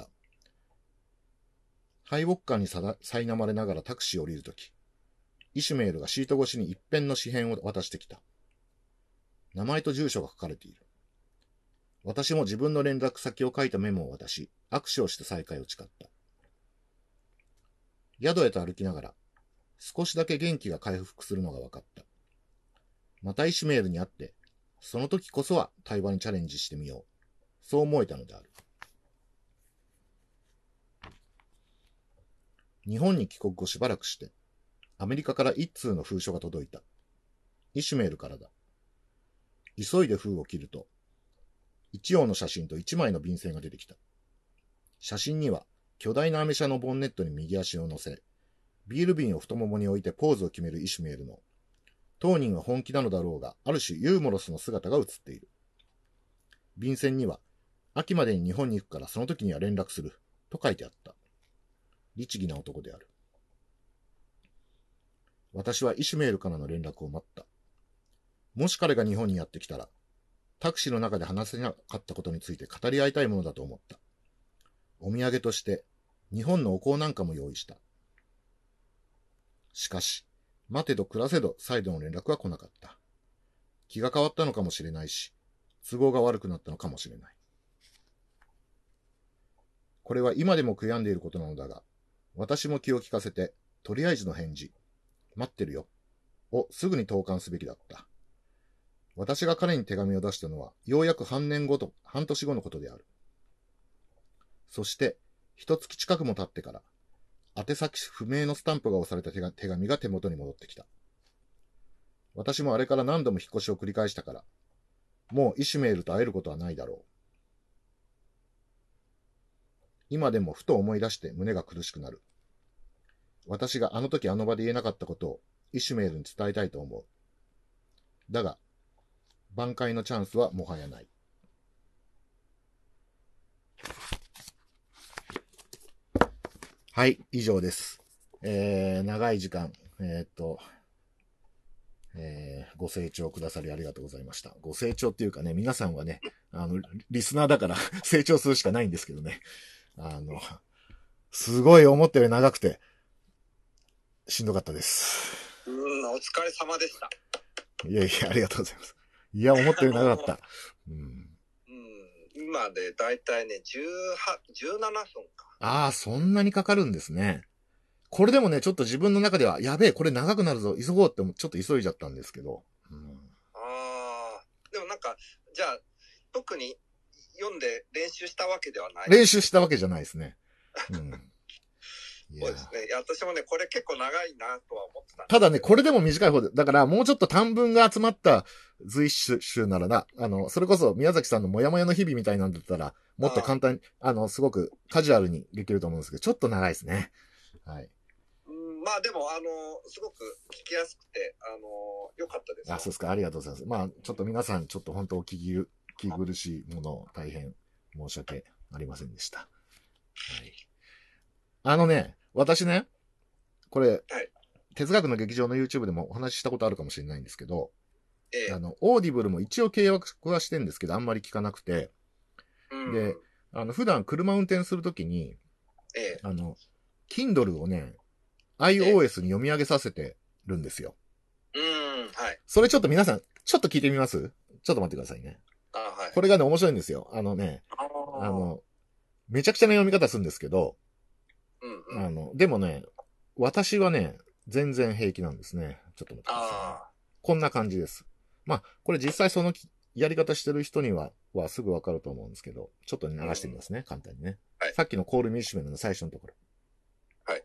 敗北感に苛まれながらタクシーを降りるとき、イシュメールがシート越しに一片の紙片を渡してきた。名前と住所が書かれている。私も自分の連絡先を書いたメモを渡し、握手をして再会を誓った。宿へと歩きながら、少しだけ元気が回復するのが分かった。またイシュメールに会って、その時こそは対話にチャレンジしてみよう。そう思えたのである。日本に帰国後しばらくして、アメリカから一通の封書が届いた。イシュメールからだ。急いで封を切ると、一葉の写真と一枚の便箋が出てきた。写真には、巨大なアメ車のボンネットに右足を乗せ、ビール瓶を太ももに置いてポーズを決めるイシュメールの、当人は本気なのだろうが、ある種ユーモラスの姿が写っている。便箋には、秋までに日本に行くからその時には連絡する、と書いてあった。律儀な男である。私はイシュメールからの連絡を待った。もし彼が日本にやってきたら、タクシーの中で話せなかったことについて語り合いたいものだと思った。お土産として、日本のお香なんかも用意した。しかし、待てど暮らせど再度の連絡は来なかった。気が変わったのかもしれないし、都合が悪くなったのかもしれない。これは今でも悔やんでいることなのだが、私も気を利かせて、とりあえずの返事、待ってるよ、をすぐに投函すべきだった。私が彼に手紙を出したのは、ようやく半年後と、半年後のことである。そして、一月近くも経ってから、宛先不明のスタンプが押された手が手紙が手元に戻ってきた。私もあれから何度も引っ越しを繰り返したから、もうイシュメールと会えることはないだろう。今でもふと思い出して胸が苦しくなる。私があの時あの場で言えなかったことをイシュメールに伝えたいと思う。だが、挽回のチャンスはもはやない。はい、以上です。 えー、長い時間、えー、っと、えー、ご清聴くださりありがとうございました。ご清聴っていうかね、皆さんはね、あの、リスナーだから成長するしかないんですけどね。あの、すごい思ったより長くて、しんどかったです。 うん、お疲れ様でした。 いやいや、ありがとうございます。いや、思ったより長かった。うん、 うん、今でだいたいね、じゅうはち、じゅうななふんか。 ああ、そんなにかかるんですね。これでもね、ちょっと自分の中では、やべえ、これ長くなるぞ、急ごうってちょっと急いじゃったんですけど。うん、 ああ、でもなんか、じゃあ、特に読んで練習したわけではない。 練習したわけじゃないですね。うん。 そうですね。いや、私もね、これ結構長いなとは思ってた。 ただね、これでも短い方で、だからもうちょっと短文が集まった随筆集ならな、あの、それこそ宮崎さんのもやもやの日々みたいなんだったら、もっと簡単に、あの、すごくカジュアルにできると思うんですけど、ちょっと長いですね。はい。 うん、まあでも、あの、すごく聞きやすくて、あの、良かったです。 あ、そうですか。ありがとうございます。まあ、ちょっと皆さん、ちょっと本当お聞き、聞き苦しいものを大変申し訳ありませんでした。はい。あのね、私ね、これ、はい、哲学の劇場の YouTube でもお話ししたことあるかもしれないんですけど、ええ、あの、オーディブルも一応契約はしてるんですけど、あんまり聞かなくて、うん、で、あの、普段車運転するときに、ええ、あの、Kindle をね、iOS に読み上げさせてるんですよ。 うん、はい。 それちょっと皆さん、ちょっと聞いてみます？ちょっと待ってくださいね。 あ、はい。 これがね、面白いんですよ。あのね、あ, あの、めちゃくちゃな読み方するんですけど、うんうん、あの、でもね、私はね、全然平気なんですね。ちょっと待ってください、ね。あ、こんな感じです。まあ、これ実際そのやり方してる人には、はすぐわかると思うんですけど、ちょっと流してみますね、うん、簡単にね。はい、さっきのコールミッシュメルの最初のところ。 はい。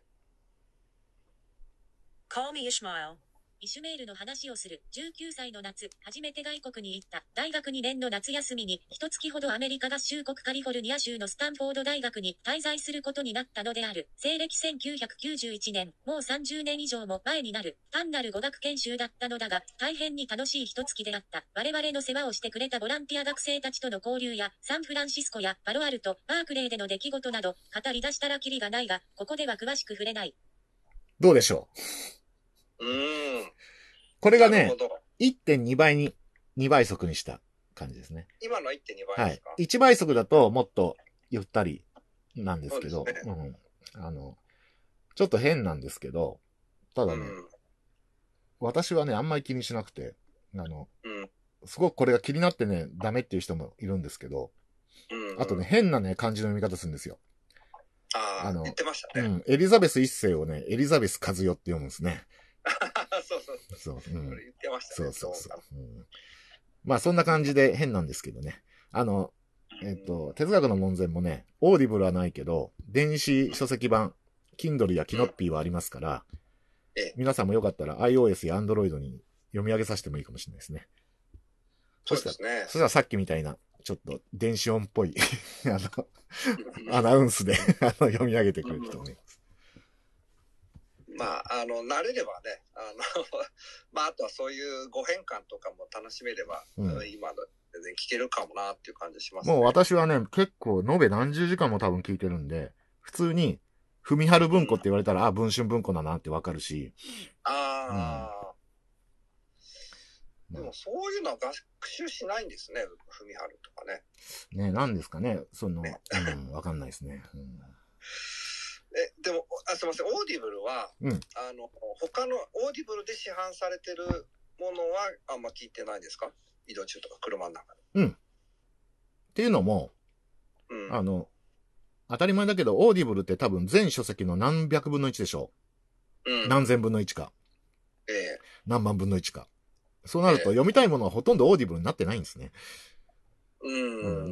Call me Ishmael。イシュメールの話をする。じゅうきゅうさいの夏、初めて外国に行った。大学にねんの夏休みに、一月ほどアメリカ合衆国カリフォルニア州のスタンフォード大学に滞在することになったのである。西暦せんきゅうひゃくきゅうじゅういちねん、もうさんじゅうねん以上も前になる。単なる語学研修だったのだが、大変に楽しい一月であった。我々の世話をしてくれたボランティア学生たちとの交流や、サンフランシスコやパロアルト、バークレーでの出来事など、語り出したらキリがないが、ここでは詳しく触れない。 どうでしょううーん。 これがね、いってんにばいに、にばい速にした感じですね。 今の いってんにばいですか？ はい。いちばい速だともっとゆったりなんですけど、うね、うん。あの、ちょっと変なんですけど、ただね、うん、私はね、あんまり気にしなくて、あの、うん、すごくこれが気になってね、ダメっていう人もいるんですけど、うんうん、あとね、変なね、漢字の読み方するんですよ。 ああの、言ってましたね。 うん。エリザベス一世をね、エリザベス和代って読むんですね。 そうそうそう。そう、うん。これ言ってましたね。 そうそうそう。うん、まあそんな感じで変なんですけどね。あの、えっと、哲学の門前もね、オーディブルはないけど、電子書籍版、Kindle やキノッピーはありますから、うん、皆さんもよかったら iOS や Android に読み上げさせてもいいかもしれないですね。 そうですね。 そしたらさっきみたいな、ちょっと電子音っぽいあの、アナウンスであの読み上げてくれると思います。 まあ、あの、慣れればね、あの、まあ、あとはそういうご変換とかも楽しめれば、うん、今の全然聞けるかもなっていう感じしますね。 もう私はね、結構延べ何十時間も多分聞いてるんで、普通に、文春文庫って言われたら、うん、あ、文春文庫だなってわかるし。 ああ、うん。でもそういうのは学習しないんですね、文春とかね。 ね、なんですかね、その、ね、うん、わかんないですね。うんえ、でも、あ、すみません、オーディブルは、 うん、 あの、他の、オーディブルで市販されてるものはあんま聞いてないですか？移動中とか車の中で。 うん。っていうのも、うん、あの、当たり前だけど、オーディブルって多分全書籍の何百分のいちでしょう。うん、何千分のいちか。 ええー。 何万分のいちか。そうなると、読みたいものはほとんどオーディブルになってないんですね。 うん。うん、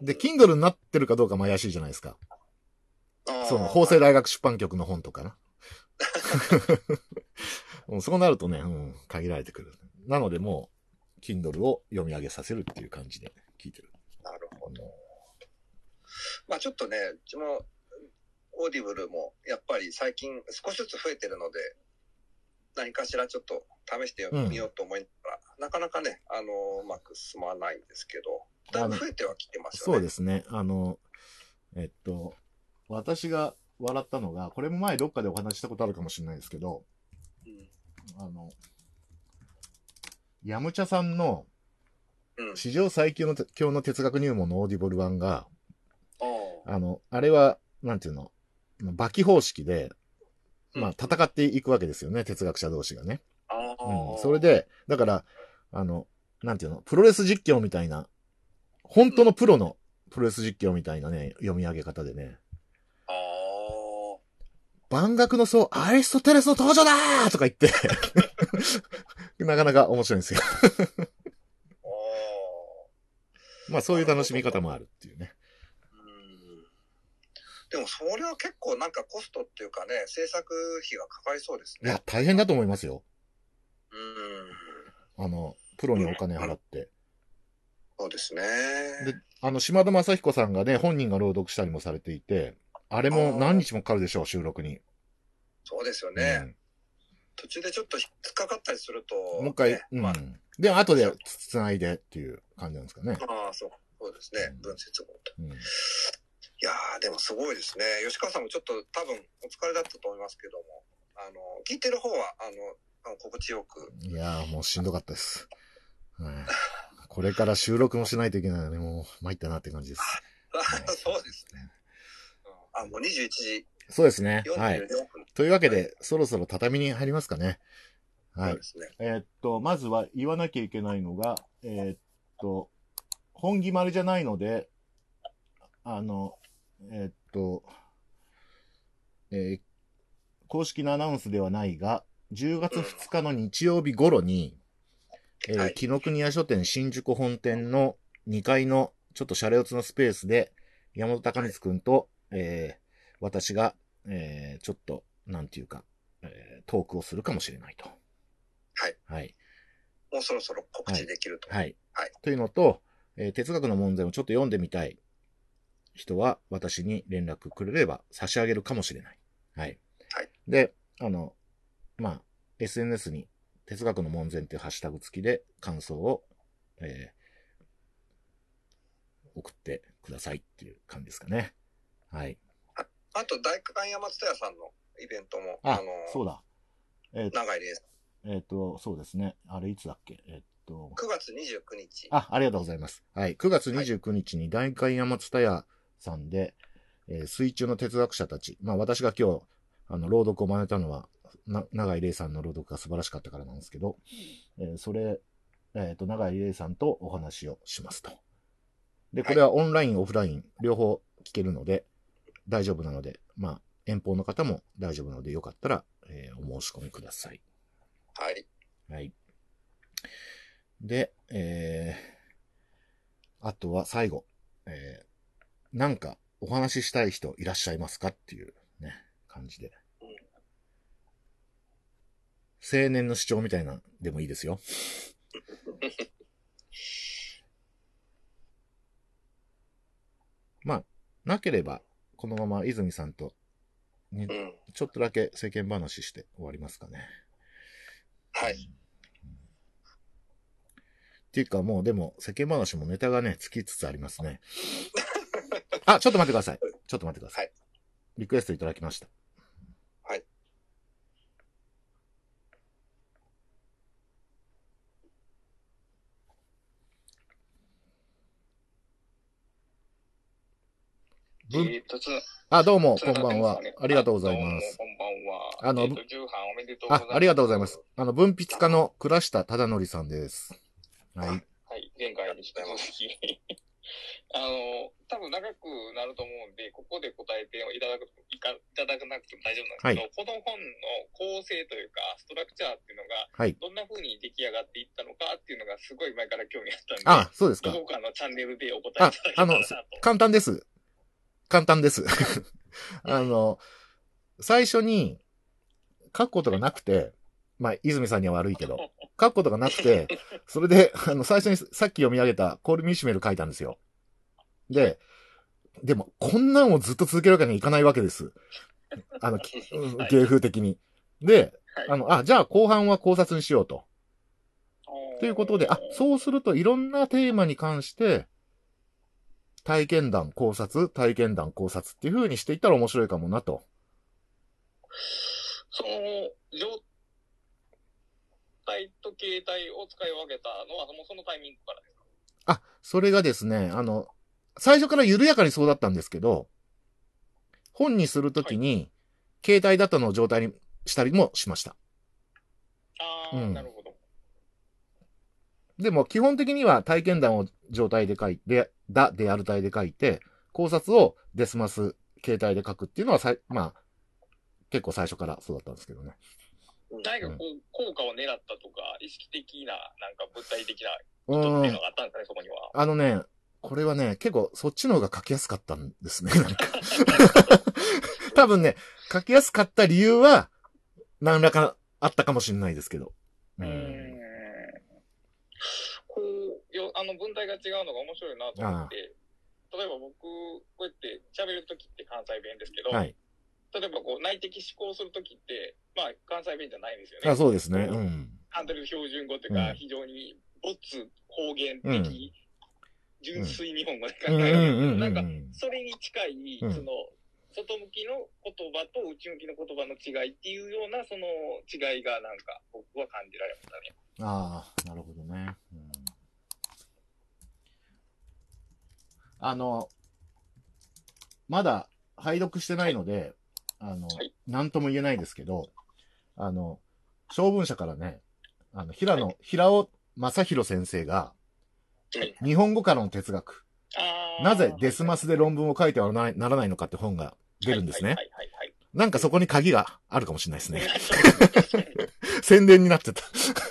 で、Kindle になってるかどうかも怪しいじゃないですか。その、法政大学出版局の本とかな。そうなるとね、うん、限られてくる。なのでもう、Kindle を読み上げさせるっていう感じで聞いてる。 なるほど。まあちょっとね、うちも、オーディブルもやっぱり最近少しずつ増えてるので、何かしらちょっと試してみようと思いながら、うん、なかなかね、あの、うまく進まないんですけど、だいぶ増えてはきてますよね。 そうですね。あの、えっと、私が笑ったのが、これも前どっかでお話ししたことあるかもしれないですけど、 うん。 あの、ヤムチャさんのうん。 史上最強のて強の哲学入門のオーディブル版が、 おーあの、あれは、なんていうの、馬騎方式で、まあ、 うん戦っていくわけですよね、哲学者同士がね。 あうん。 ーそれで、だから、あの、なんていうの、プロレス実況みたいな、本当のプロのプロレス実況みたいなね、読み上げ方でね、 あー万学の僧、アリストテレスの登場だーとか言って、なかなか面白いんですよ。 おーまあ、そういう楽しみ方もあるっていうね。 うんでもそれは結構なんかコストっていうかね、制作費がかかりそうですね。 いや、大変だと思いますよ。 うん。 あの、プロにお金払って。 そうですね。 で、あの、島田正彦さんがね、本人が朗読したりもされていて、あれも何日もかかるでしょう、収録に。 そうですようね。 ん。 途中でちょっと引っかかったりすると、 もう一回、 ねうん。 まあ、 で、後でつつないでっていう感じなんですかね。 ああ、そう、そうですね。文節語と。 うん。 いやー、でもすごいですね。吉川さんもちょっと多分お疲れだったと思いますけども、あの、聞いてる方は、あの、あの心地よく。 いやー、もうしんどかったです。はい。これから収録もしないといけないので、もう参ったなって感じです。 そうですね。うんあ、もうにじゅういちじそうですね。はい。 よんじゅうよんぷん。 というわけで、そろそろ畳に入りますかね。はいそうで。すね。 えーっと、まずは言わなきゃいけないのが、えーっと、本決まりじゃないので、あの、えーっと、えー公式のアナウンスではないが、じゅうがつふつかの日曜日頃に、えーはい紀ノ国屋書店新宿本店のにかいのちょっとシャレオツのスペースで、山本隆光くんと、えー私が、えーちょっと、なんていうか、えートークをするかもしれないと。 はい。 はい。 もうそろそろ告知できると。 はい。 はいというのと、えー哲学の門前をちょっと読んでみたい人は私に連絡くれれば差し上げるかもしれない。はい。 はいで、あの、まあ、エスエヌエス に哲学の門前っていうハッシュタグ付きで感想を、えー送ってくださいっていう感じですかね。はい。 あと、大観山蔦屋さんのイベントも、 あ、 あの、 そうだ。えー長井です。 えーと、そうですね。あれいつだっけえーっと、 くがつにじゅうくにち。 あ、ありがとうございます。はい。くがつにじゅうくにちに大観山蔦屋さんで、えー水中の哲学者たち。まあ私が今日、あの、朗読を真似たのは、な、長井玲さんの朗読が素晴らしかったからなんですけど、えーそれ、えっ、と、長井玲さんとお話をしますと。で、これはオンライン、オフライン、両方聞けるので、大丈夫なので、まあ、遠方の方も大丈夫なので、よかったら、えーお申し込みください。 はい。 はい。で、えー、あとは最後、えー、なんかお話ししたい人いらっしゃいますかっていうね、感じで。青年の主張みたいなでもいいですよ。まあ、なければ、このまま泉さんと、ねう、ん。 ちょっとだけ世間話して終わりますかね。 はい。 っていうかもうでも世間話もネタがね、つきつつありますね。あ、ちょっと待ってください。ちょっと待ってください。 はいリクエストいただきました。 はい。 文えーと、つあ、どうも、 つなこんばんはがってますかね。 ありがとうございます。 あどうも、こんばんは。 あのえーと、重版おめでとうございま、す。 あありがとうございます。あの、文筆家の倉下忠則さんです。はい。 はい、前回に引き続き。あの、多分長くなると思うんで、ここで答えていただく、いかいただかなくても大丈夫なんですけど、この本の構成というか、ストラクチャーっていうのが、 はい。 どんな風に出来上がっていったのかっていうのがすごい前から興味あったんで、 あ、そうですか。 どこかのチャンネルでお答えいあただけ、たあのらなと。、 簡単です。簡単です。あの、最初に書くことがなくて、まあ、泉さんには悪いけど、書くことがなくて、それで、あの、最初にさっき読み上げたコール・ミシュメル書いたんですよ。で、でも、こんなんをずっと続けるわけにはいかないわけです。あの、きうんはい芸風的に。で、 はいあの、あ、じゃあ後半は考察にしようと。ということで、あ、 う。 そうするといろんなテーマに関して、 体験談考察、体験談考察っていう風にしていったら面白いかもなと。 その、状態と形態を使い分けたのは、もうそのタイミングからですか？ あ、それがですね、あの、最初から緩やかにそうだったんですけど、本にするときに、携帯ダタの状態にしたりもしました。 ああ、うん、なるほど。 でも、基本的には体験談を状態で書いて、だである体で書いて、考察をデスマス携帯で書くっていうのはさい、まあ、結構最初からそうだったんですけどね。 何かこう、効果を狙ったとか、意識的な、なんか物体的なことっていうのがあったんですかね、そこには。 あのね、これはね、結構そっちの方が書きやすかったんですね、なんか。多分ね、書きやすかった理由は、何らかあったかもしれないですけど。 うん。うんこう、よ、あの文体が違うのが面白いなと思って、例えば僕、こうやって喋るときって関西弁ですけど、はい、例えばこう内的思考するときって、まあ関西弁じゃないんですよね。 あ、そうですね。うん。 ハンドル標準語というか、うん、非常に没方言的、うん、純粋日本語で考える。なんか、それに近い、うん、その、外向きの言葉と内向きの言葉の違いっていうような、その違いがなんか僕は感じられましたね。 ああ、なるほどね。うん、あの、まだ拝読してないので、はい、あの、はい、なんとも言えないですけど、あの、小文社からね、あの、平野、はい、平尾正宏先生が、はい、日本語からの哲学、なぜデスマスで論文を書いてはならないのかって本が出るんですね。なんかそこに鍵があるかもしれないですね。宣伝になってた。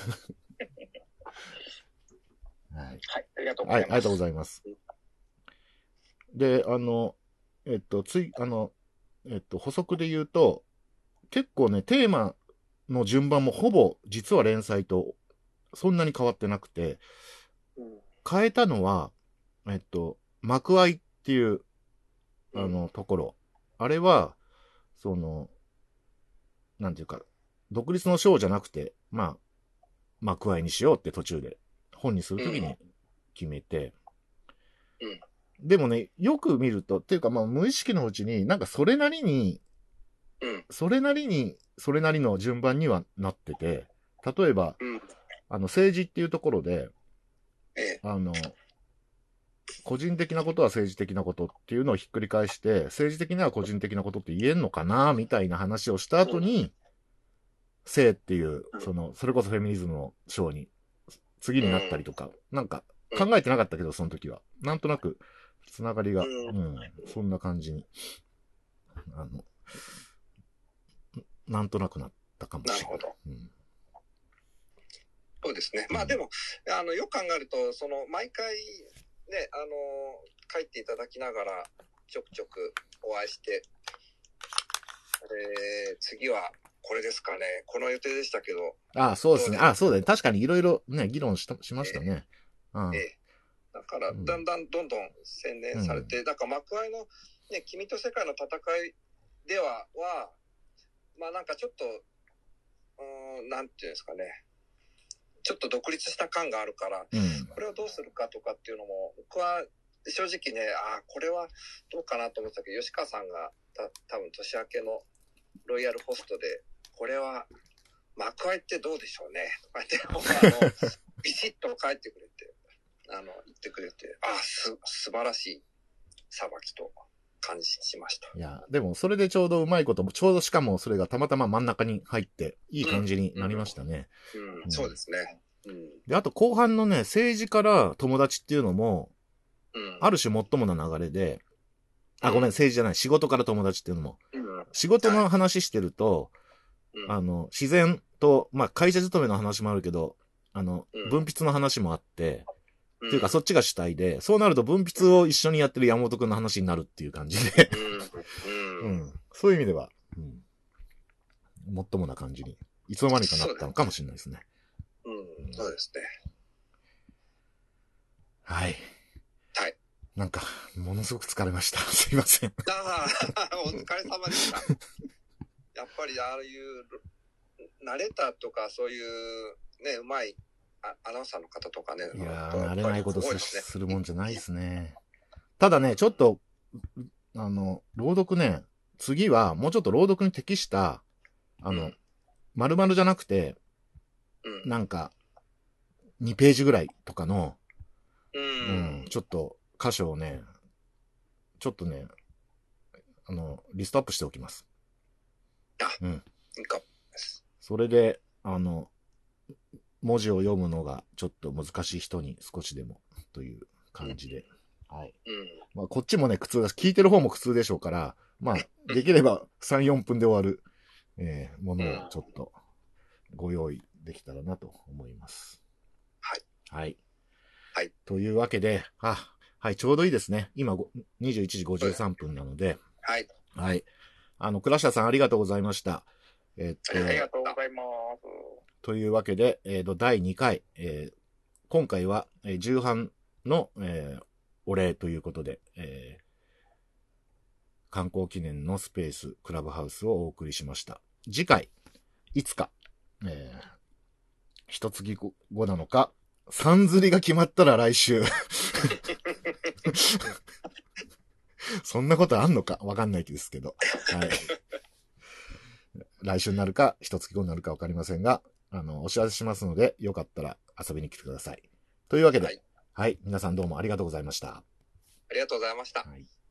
はい。はい、ありがとうございます。はい、ありがとうございます。で、あの、えっと、つい、あの、えっと、補足で言うと、結構ね、テーマの順番もほぼ、実は連載と、そんなに変わってなくて、変えたのは、えっと、幕愛っていう、あの、ところ。あれは、その、なんていうか、独立の章じゃなくて、まあ、幕愛にしようって途中で、本にするときに決めて、でもね、よく見ると、っていうかまあ無意識のうちに、なんかそれなりに、それなりに、それなりの順番にはなってて、例えば、あの政治っていうところで、あの、個人的なことは政治的なことっていうのをひっくり返して、政治的には個人的なことって言えんのかなみたいな話をした後に、性っていう、その、それこそフェミニズムの章に、次になったりとか、なんか考えてなかったけど、その時は。なんとなく、つながりが、うん、そんな感じに、あの、なんとなくなったかもしれない。なるほど。うん、 そうですね。まあでも、あの、よく考えると、その、毎回、ね、あの、書いていただきながら、ちょくちょくお会いして、えー、次はこれですかね。この予定でしたけど。 ああ、そうですね。ああ、そうだね。確かにいろいろね、議論した、しましたね。 えー、えー、だから、だんだんどんどん洗練されて、うん、だから幕愛の、ね、君と世界の戦いでは、は、まあなんかちょっと、うーん、なんていうんですかね。ちょっと独立した感があるから、うん、これをどうするかとかっていうのも、僕は正直ね、ああ、これはどうかなと思ってたけど、吉川さんがた多分年明けのロイヤルホストで、これは幕愛ってどうでしょうねとか言って、あのビシッと書いてくれて、あの言ってくれて、ああ、す素晴らしい裁きと感じしました。 いや、でもそれでちょうどうまいことも、ちょうどしかもそれがたまたま真ん中に入って、いい感じになりましたね。 うん、うんうん、そうですね。うん、 で、あと後半のね、政治から友達っていうのも、うん、ある種最もな流れで、あ、ごめん、政治じゃない、仕事から友達っていうのも、うん、仕事の話してると、はい、あの、自然と、まあ、会社勤めの話もあるけど、あの、うん、分泌の話もあって、うん、っていうかそっちが主体で、そうなると分泌を一緒にやってる山本くんの話になるっていう感じで、うんうん、そういう意味では、うん、最もな感じに、いつの間にかなったのかもしれないですね。 うん、そうですね。 はい。 はい。 なんか、ものすごく疲れました。すいません。 ああ、お疲れ様でした。やっぱりああいう、慣れたとか、そういうね、うまいアナウンサーの方とかね。 いやー、慣れないことする、するもんじゃないですね。 ただね、ちょっと、あの、朗読ね、次はもうちょっと朗読に適した、あの、 うん丸々じゃなくて、 うん。 なんか、にページぐらいとかの、 う。 うんん、ちょっと箇所をね、ちょっとね、あの、リストアップしておきます。 あ、 うん。 いいかもです。 それで、あの、文字を読むのがちょっと難しい人に少しでもという感じで。はい。 うん。 まあ、こっちもね、苦痛だし、聞いてる方も苦痛でしょうから、まあ、できればさん、よんぷんで終わる、えー、ものをちょっとご用意できたらなと思います。 はい。 はい。 はい。 というわけで、あ、はい、ちょうどいいですね。今、にじゅういちじごじゅうさんぷんなので、 はい。 はい。あの、倉下さんありがとうございました。えーっと、 ありがとうございます。 というわけで、えーと、だいにかい、えー今回は、えー、重版の、えーお礼ということで、えー観光記念のスペース、クラブハウスをお送りしました。次回、いつか、えー、一月後なのか、さん釣りが決まったら来週。そんなことあんのかわかんないですけど。はい。来週になるか、一月後になるかわかりませんが、あの、お知らせしますので、よかったら遊びに来てください。というわけで、 はい。 はい、皆さんどうもありがとうございました。 ありがとうございました。 はい。